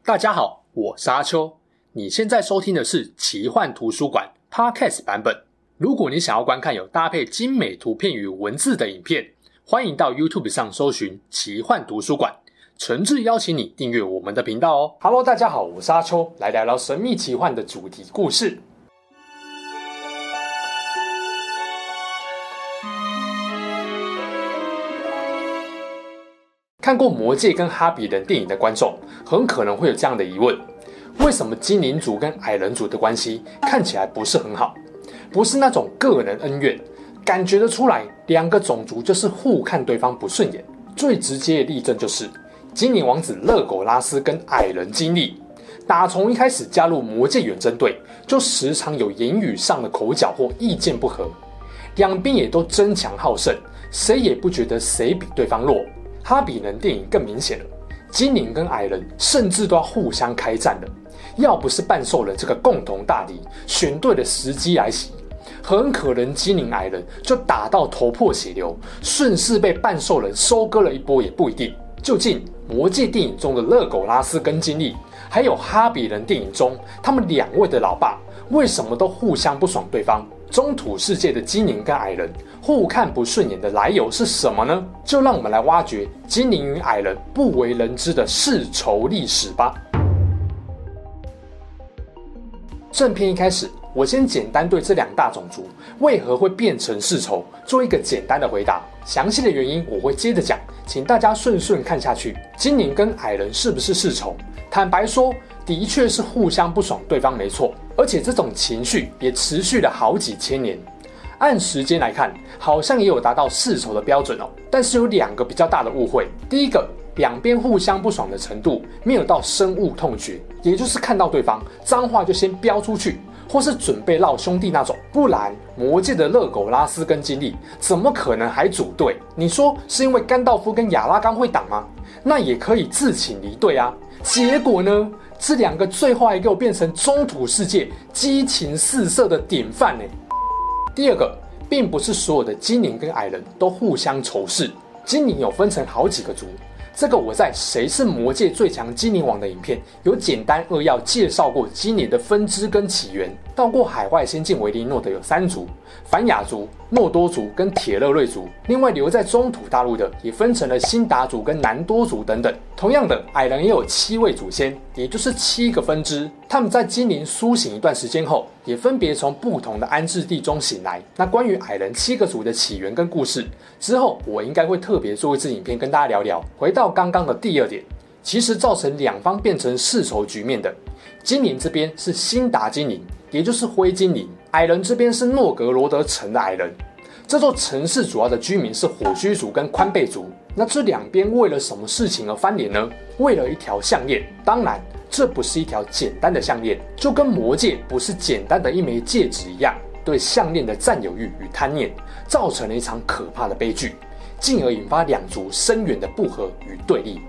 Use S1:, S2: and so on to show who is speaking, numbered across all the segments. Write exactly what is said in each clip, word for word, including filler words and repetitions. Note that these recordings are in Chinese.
S1: 大家好，我是阿秋。你现在收听的是奇幻图书馆 Podcast 版本。如果你想要观看有搭配精美图片与文字的影片，欢迎到 YouTube 上搜寻奇幻图书馆，诚挚邀请你订阅我们的频道哦。Hello， 大家好，我是阿秋，来聊聊神秘奇幻的主题故事。看过《魔戒》跟《哈比人》电影的观众，很可能会有这样的疑问：为什么精灵族跟矮人族的关系看起来不是很好？不是那种个人恩怨，感觉得出来，两个种族就是互看对方不顺眼。最直接的例证就是精灵王子勒狗拉斯跟矮人金利，打从一开始加入魔戒远征队，就时常有言语上的口角或意见不合，两边也都争强好胜，谁也不觉得谁比对方弱。哈比人电影更明显了，精灵跟矮人甚至都要互相开战了。要不是半兽人这个共同大敌选对了时机来袭，很可能精灵矮人就打到头破血流，顺势被半兽人收割了一波也不一定。究竟魔戒电影中的勒狗拉斯跟金利，还有哈比人电影中他们两位的老爸，为什么都互相不爽对方？中土世界的精灵跟矮人互看不顺眼的来由是什么呢？就让我们来挖掘精灵与矮人不为人知的世仇历史吧。正片一开始，我先简单对这两大种族为何会变成世仇做一个简单的回答，详细的原因我会接着讲，请大家顺顺看下去。精灵跟矮人是不是世仇？坦白说，的确是互相不爽对方没错，而且这种情绪也持续了好几千年。按时间来看，好像也有达到世仇的标准哦。但是有两个比较大的误会。第一个，两边互相不爽的程度没有到深恶痛绝，也就是看到对方脏话就先飙出去，或是准备闹兄弟那种。不然魔戒的勒狗拉斯跟金利怎么可能还组队？你说是因为甘道夫跟亚拉冈会挡吗？那也可以自请离队啊。结果呢，这两个最后还给我变成中土世界激情四射的典范呢。第二个，并不是所有的精灵跟矮人都互相仇视，精灵有分成好几个族。这个我在谁是魔戒最强精灵王的影片有简单扼要介绍过精灵的分支跟起源。到过海外仙境维利诺的有三族，凡雅族、诺多族跟铁勒瑞族，另外留在中土大陆的也分成了辛达族跟南多族等等。同样的，矮人也有七位祖先，也就是七个分支。他们在精灵苏醒一段时间后，也分别从不同的安置地中醒来。那关于矮人七个族的起源跟故事，之后我应该会特别做一支影片跟大家聊聊。回到刚刚的第二点，其实造成两方变成世仇局面的，精灵这边是辛达精灵，也就是灰精灵；矮人这边是诺格罗德城的矮人。这座城市主要的居民是火须族跟宽贝族。那这两边为了什么事情而翻脸呢？为了一条项链。当然，这不是一条简单的项链，就跟魔戒不是简单的一枚戒指一样，对项链的占有欲与贪念，造成了一场可怕的悲剧，进而引发两族深远的不和与对立。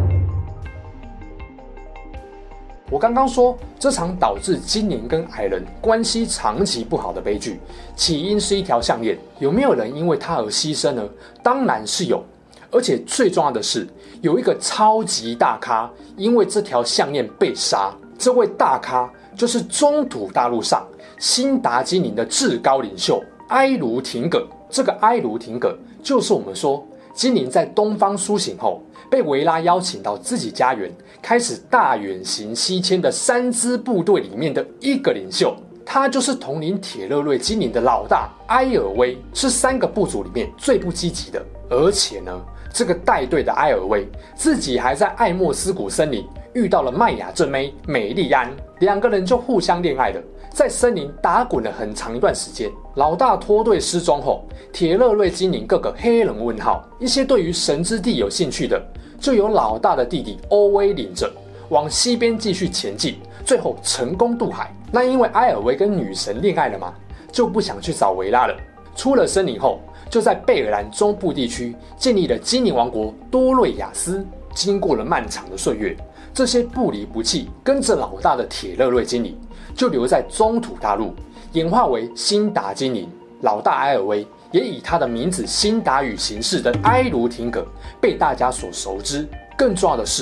S1: 我刚刚说，这场导致精灵跟矮人关系长期不好的悲剧，起因是一条项链。有没有人因为它而牺牲呢？当然是有，而且最重要的是，有一个超级大咖因为这条项链被杀。这位大咖就是中土大陆上辛达精灵的至高领袖埃卢廷葛。这个埃卢廷葛就是我们说精灵在东方苏醒后，被维拉邀请到自己家园，开始大远行西迁的三支部队里面的一个领袖。他就是统领铁勒瑞精灵的老大埃尔威，是三个部族里面最不积极的。而且呢，这个带队的埃尔威自己还在艾莫斯谷森林遇到了麦雅正妹美丽安，两个人就互相恋爱了，在森林打滚了很长一段时间。老大脱队失踪后，铁勒瑞精灵各个黑人问号，一些对于神之地有兴趣的，就由老大的弟弟欧威领着往西边继续前进，最后成功渡海。那因为埃尔威跟女神恋爱了嘛，就不想去找维拉了。出了森林后，就在贝尔兰中部地区建立了精灵王国多瑞亚斯。经过了漫长的岁月，这些不离不弃跟着老大的铁勒瑞精灵就留在中土大陆，演化为辛达精灵。老大埃尔威也以他的名字辛达语行事的埃卢廷葛被大家所熟知。更重要的是，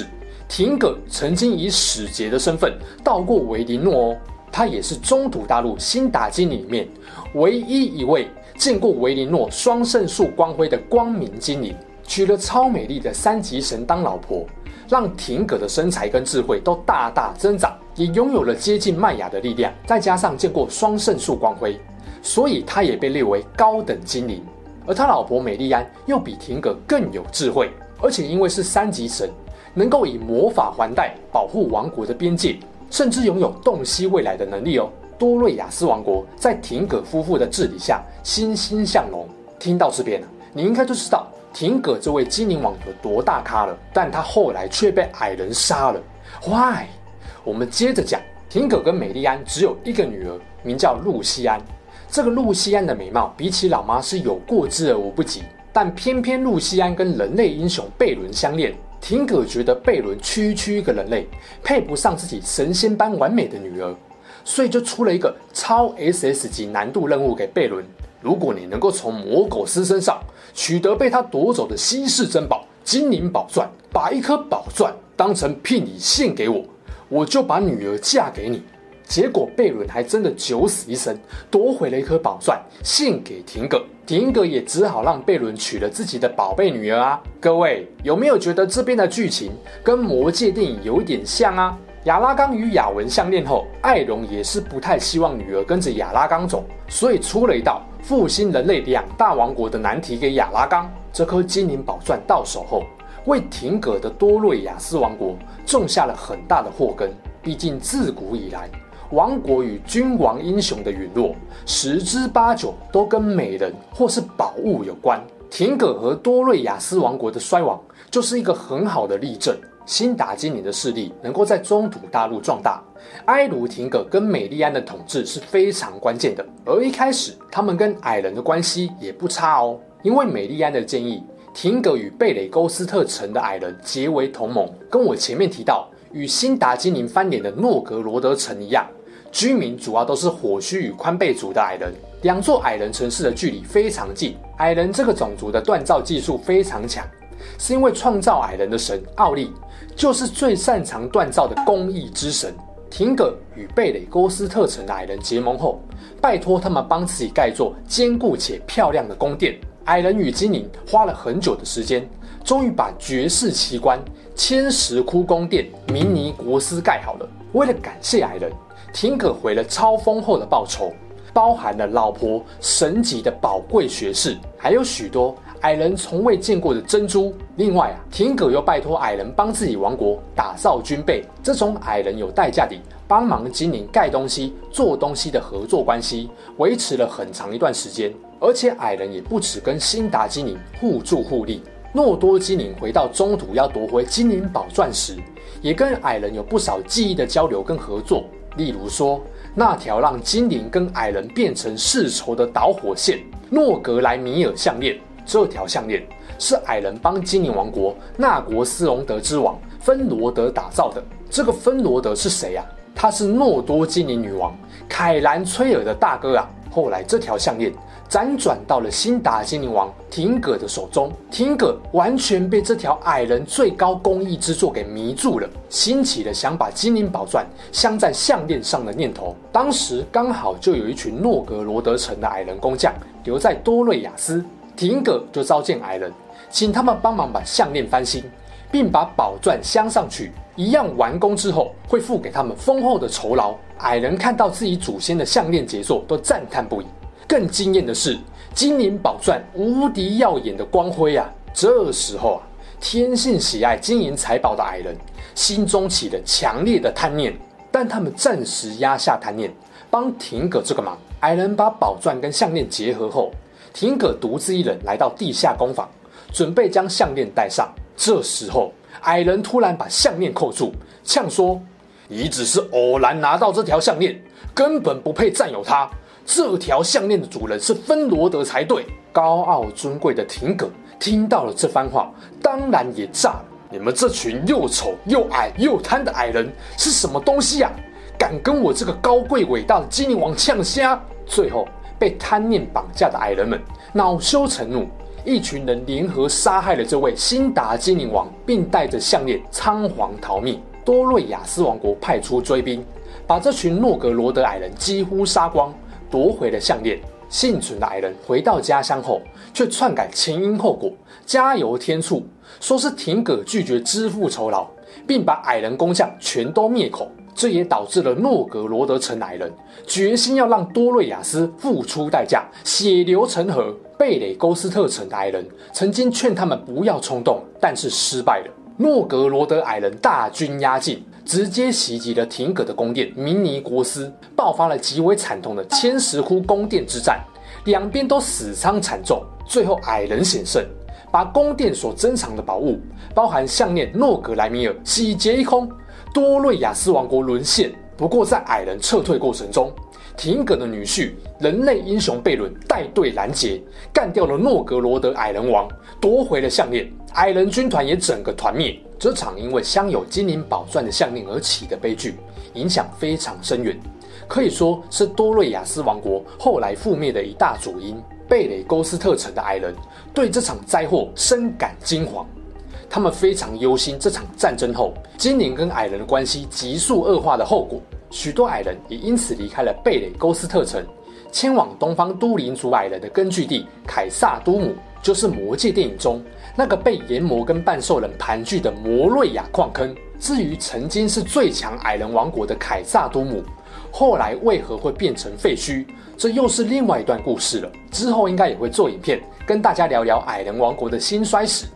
S1: 廷葛曾经以使节的身份到过维林诺哦，他也是中土大陆辛达精灵里面唯一一位见过维林诺双圣树光辉的光明精灵，娶了超美丽的三级神当老婆，让廷葛的身材跟智慧都大大增长，也拥有了接近麦雅的力量，再加上见过双圣树光辉，所以他也被列为高等精灵。而他老婆美丽安又比廷葛更有智慧，而且因为是三级神，能够以魔法环带保护王国的边界，甚至拥有洞悉未来的能力哦。多瑞亚斯王国在廷葛夫妇的治理下欣欣向荣。听到这边啊，你应该就知道廷葛这位精灵王有多大咖了，但他后来却被矮人杀了。Why？ 我们接着讲，廷葛跟美丽安只有一个女儿，名叫露西安。这个露西安的美貌比起老妈是有过之而无不及，但偏偏露西安跟人类英雄贝伦相恋，廷葛觉得贝伦区区一个人类，配不上自己神仙般完美的女儿，所以就出了一个超 S S 级难度任务给贝伦。如果你能够从魔苟斯身上取得被他夺走的稀世珍宝精灵宝钻，把一颗宝钻当成聘礼献给我，我就把女儿嫁给你。结果贝伦还真的九死一生，夺回了一颗宝钻献给廷葛，廷葛也只好让贝伦娶了自己的宝贝女儿啊。各位有没有觉得这边的剧情跟魔戒电影有一点像啊？亚拉冈与雅文相恋后，艾隆也是不太希望女儿跟着亚拉冈走，所以出了一道复兴人类两大王国的难题给亚拉冈。这颗精灵宝钻到手后，为廷葛的多瑞亚斯王国种下了很大的祸根。毕竟自古以来，王国与君王英雄的陨落，十之八九都跟美人或是宝物有关。廷葛和多瑞亚斯王国的衰亡，就是一个很好的例证。辛达精灵的势力能够在中土大陆壮大，埃卢廷葛跟美丽安的统治是非常关键的。而一开始，他们跟矮人的关系也不差哦，因为美丽安的建议，廷葛与贝雷勾斯特城的矮人结为同盟。跟我前面提到与辛达精灵翻脸的诺格罗德城一样，居民主要都是火须与宽贝族的矮人，两座矮人城市的距离非常近。矮人这个种族的锻造技术非常强，是因为创造矮人的神奥利就是最擅长锻造的工艺之神。廷葛与贝雷勾斯特城的矮人结盟后，拜托他们帮自己盖座坚固且漂亮的宫殿。矮人与精灵花了很久的时间，终于把绝世奇观千石窟宫殿明尼国斯盖好了。为了感谢矮人，廷葛回了超丰厚的报酬，包含了老婆、神级的宝贵学士，还有许多矮人从未见过的珍珠。另外啊，廷葛又拜托矮人帮自己王国打造军备，这种矮人有代价地帮忙精灵盖东西、做东西的合作关系，维持了很长一段时间。而且矮人也不只跟辛达精灵互助互利，诺多精灵回到中土要夺回精灵宝钻时，也跟矮人有不少记忆的交流跟合作。例如说，那条让精灵跟矮人变成世仇的导火线——诺格莱米尔项链。这条项链是矮人帮精灵王国纳国斯隆德之王芬罗德打造的。这个芬罗德是谁啊？他是诺多精灵女王凯兰崔尔的大哥啊。后来这条项链辗转到了辛达精灵王廷葛的手中，廷葛完全被这条矮人最高工艺之作给迷住了，兴起了想把精灵宝钻镶在项链上的念头。当时刚好就有一群诺格罗德城的矮人工匠留在多瑞亚斯，廷葛就召见矮人，请他们帮忙把项链翻新，并把宝钻镶上去。一样完工之后，会付给他们丰厚的酬劳。矮人看到自己祖先的项链杰作，都赞叹不已。更惊艳的是，精灵宝钻无敌耀眼的光辉啊！这时候啊，天性喜爱金银财宝的矮人心中起了强烈的贪念，但他们暂时压下贪念，帮廷葛这个忙。矮人把宝钻跟项链结合后，廷葛独自一人来到地下工坊，准备将项链戴上。这时候，矮人突然把项链扣住，呛说：“你只是偶然拿到这条项链，根本不配占有它。这条项链的主人是芬罗德才对。”高傲尊贵的廷葛听到了这番话，当然也炸了。你们这群又丑又矮又贪的矮人是什么东西啊？敢跟我这个高贵伟大的精灵王呛虾！最后被贪念绑架的矮人们恼羞成怒， 一群人联合杀害了这位辛达精灵王，并带着项链仓皇逃命。多瑞亚斯王国派出追兵，把这群诺格罗德矮人几乎杀光，夺回了项链。幸存的矮人回到家乡后，却篡改前因后果，加油添醋，说是廷葛拒绝支付酬劳，并把矮人工匠全都灭口。这也导致了诺格罗德城矮人决心要让多瑞亚斯付出代价，血流成河。贝雷勾斯特城的矮人曾经劝他们不要冲动，但是失败了。诺格罗德矮人大军压境，直接袭击了廷葛的宫殿明尼国斯，爆发了极为惨痛的千石窟宫殿之战，两边都死伤惨重。最后矮人险胜，把宫殿所珍藏的宝物，包含项链诺格莱米尔洗劫一空，多瑞亚斯王国沦陷。不过在矮人撤退过程中，廷葛的女婿人类英雄贝伦带队拦截，干掉了诺格罗德矮人王，夺回了项链。矮人军团也整个团灭。这场因为镶有精灵宝钻的项链而起的悲剧，影响非常深远，可以说是多瑞亚斯王国后来覆灭的一大主因。贝雷勾斯特城的矮人对这场灾祸深感惊惶，他们非常忧心这场战争后精灵跟矮人的关系急速恶化的后果。许多矮人也因此离开了贝雷勾斯特城，迁往东方都灵族矮人的根据地凯撒都姆，就是魔戒电影中那个被炎魔跟半兽人盘踞的摩瑞亚矿坑。至于曾经是最强矮人王国的凯撒都姆，后来为何会变成废墟，这又是另外一段故事了。之后应该也会做影片跟大家聊聊矮人王国的兴衰史。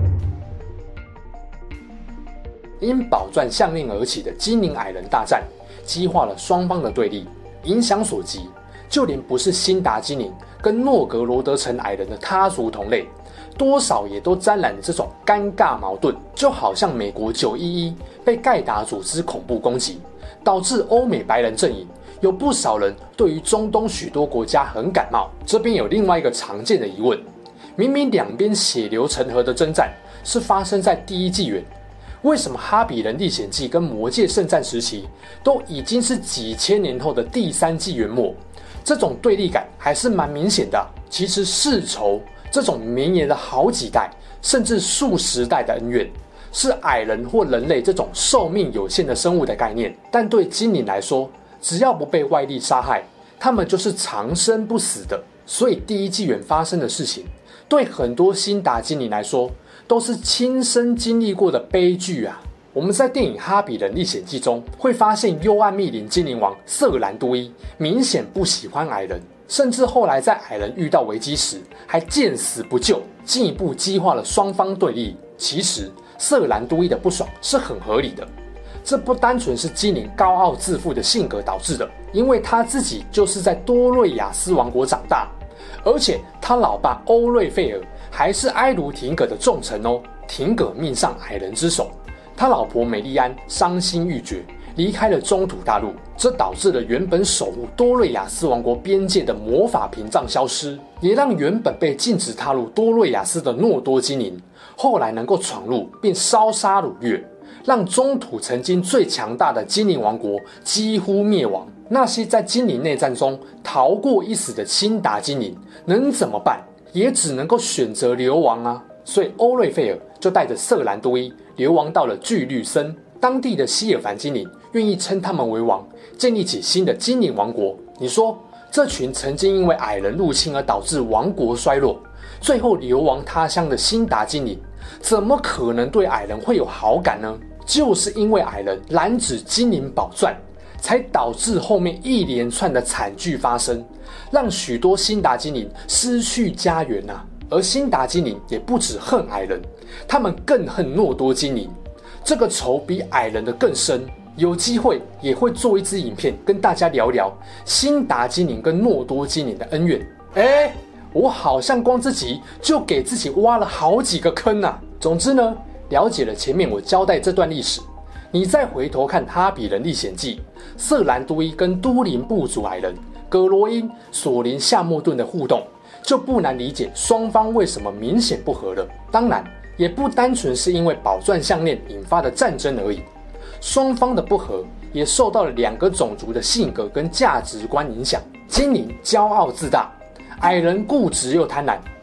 S1: 因宝钻项链而起的精灵矮人大战，激化了双方的对立，影响所及，就连不是辛达精灵跟诺格罗德城矮人的他族同类，多少也都沾染了这种尴尬矛盾。就好像美国九一一被盖达组织恐怖攻击，导致欧美白人阵营有不少人对于中东许多国家很感冒。这边有另外一个常见的疑问，明明两边血流成河的征战是发生在第一纪元，为什么哈比人历险记跟魔戒圣战时期都已经是几千年后的第三纪元末？这种对立感还是蛮明显的啊。其实世仇这种绵延了好几代甚至数十代的恩怨，是矮人或人类这种寿命有限的生物的概念，但对精灵来说，只要不被外力杀害，他们就是长生不死的。所以第一纪元发生的事情，对很多辛达精灵来说都是亲身经历过的悲剧啊。我们在电影《哈比人历险记》中会发现，幽暗密林精灵王瑟兰都伊明显不喜欢矮人，甚至后来在矮人遇到危机时还见死不救，进一步激化了双方对立。其实瑟兰都伊的不爽是很合理的，这不单纯是精灵高傲自负的性格导致的，因为他自己就是在多瑞亚斯王国长大，而且他老爸欧瑞费尔还是埃卢廷葛的重臣哦。廷葛命丧矮人之手，他老婆美丽安伤心欲绝，离开了中土大陆，这导致了原本守护多瑞亚斯王国边界的魔法屏障消失，也让原本被禁止踏入多瑞亚斯的诺多精灵后来能够闯入并烧杀掳掠，让中土曾经最强大的精灵王国几乎灭亡。那些在精灵内战中逃过一死的辛达精灵能怎么办？也只能够选择流亡啊。所以欧瑞费尔就带着瑟兰都伊流亡到了巨绿森，当地的希尔凡精灵愿意称他们为王，建立起新的精灵王国。你说这群曾经因为矮人入侵而导致王国衰落，最后流亡他乡的辛达精灵，怎么可能对矮人会有好感呢？就是因为矮人染指精灵宝钻，才导致后面一连串的惨剧发生，让许多辛达精灵失去家园啊。而辛达精灵也不只恨矮人，他们更恨诺多精灵，这个仇比矮人的更深。有机会也会做一支影片跟大家聊聊辛达精灵跟诺多精灵的恩怨。哎，我好像光自己就给自己挖了好几个坑啊。总之呢，了解了前面我交代这段历史，你再回头看《哈比人历险记》，瑟兰都伊跟都灵部族矮人葛罗因、索林夏莫顿的互动，就不难理解双方为什么明显不合了。当然，也不单纯是因为宝钻项链引发的战争而已，双方的不合也受到了两个种族的性格跟价值观影响。精灵骄傲自大，矮人固执又贪婪，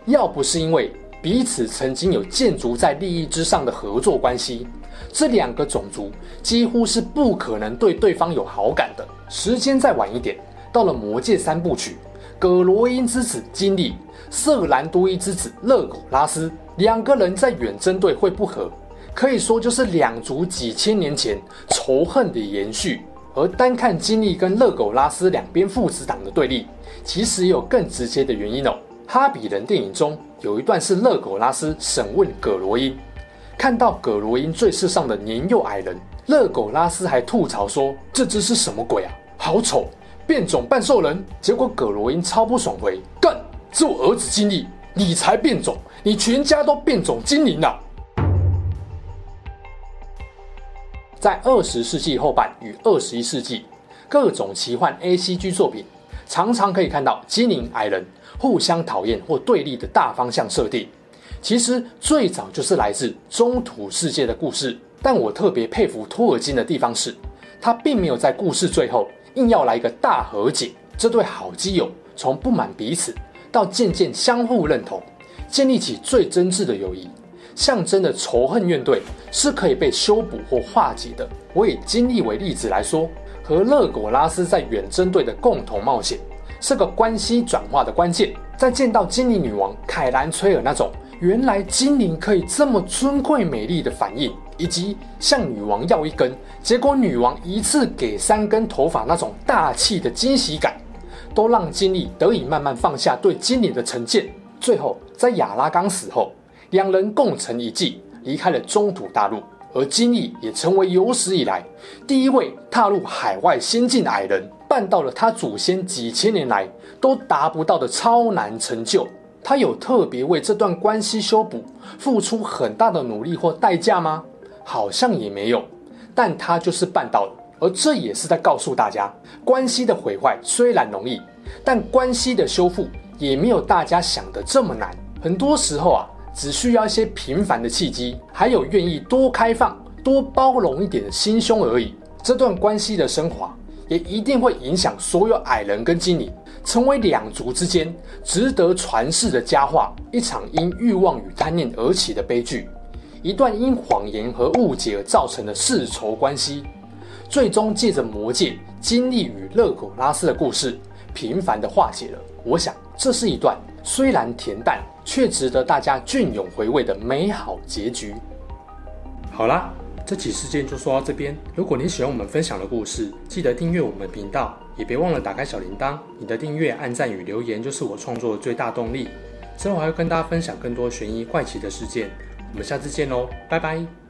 S1: 要不是因为彼此曾经有建筑在利益之上的合作关系，这两个种族几乎是不可能对对方有好感的。时间再晚一点，到了魔戒三部曲，葛罗因之子金利、瑟兰都伊之子勒苟拉斯两个人在远征队会不和，可以说就是两族几千年前仇恨的延续。而单看金利跟勒苟拉斯两边父子党的对立，其实也有更直接的原因哦。哈比人电影中有一段是勒苟拉斯审问葛罗因，看到葛罗因最世上的年幼矮人，勒苟拉斯还吐槽说：“这只是什么鬼啊，好丑，变种半兽人。”结果葛罗因超不爽回：“干，是我儿子金利，你才变种，你全家都变种精灵啊！”在二十世纪后半与二十一世纪，各种奇幻 A C G 作品常常可以看到精灵矮人互相讨厌或对立的大方向设定。其实最早就是来自中土世界的故事，但我特别佩服托尔金的地方是，他并没有在故事最后硬要来一个大和解。这对好基友从不满彼此到渐渐相互认同，建立起最真挚的友谊。象征的仇恨怨怼是可以被修补或化解的。我以金利为例子来说，和勒苟拉斯在远征队的共同冒险，是个关系转化的关键。在见到精灵女王凯兰崔尔那种原来精灵可以这么尊贵美丽的反应，以及向女王要一根，结果女王一次给三根头发那种大气的惊喜感，都让金利得以慢慢放下对精灵的成见。最后在亚拉冈死后，两人共成一计，离开了中土大陆，而金利也成为有史以来第一位踏入海外仙境的矮人，办到了他祖先几千年来都达不到的超难成就。他有特别为这段关系修补付出很大的努力或代价吗？好像也没有，但他就是办到了。而这也是在告诉大家，关系的毁坏虽然容易，但关系的修复也没有大家想的这么难。很多时候啊，只需要一些平凡的契机，还有愿意多开放、多包容一点的心胸而已。这段关系的升华，也一定会影响所有矮人跟精灵，成为两族之间值得传世的佳话。一场因欲望与贪念而起的悲剧，一段因谎言和误解而造成的世仇关系，最终借着魔戒金利与勒苟拉斯的故事，平凡的化解了。我想，这是一段虽然恬淡，却值得大家隽永回味的美好结局。好啦，这起事件就说到这边。如果你喜欢我们分享的故事，记得订阅我们频道，也别忘了打开小铃铛。你的订阅、按赞与留言就是我创作的最大动力。之后还会跟大家分享更多悬疑怪奇的事件。我们下次见喽，拜拜。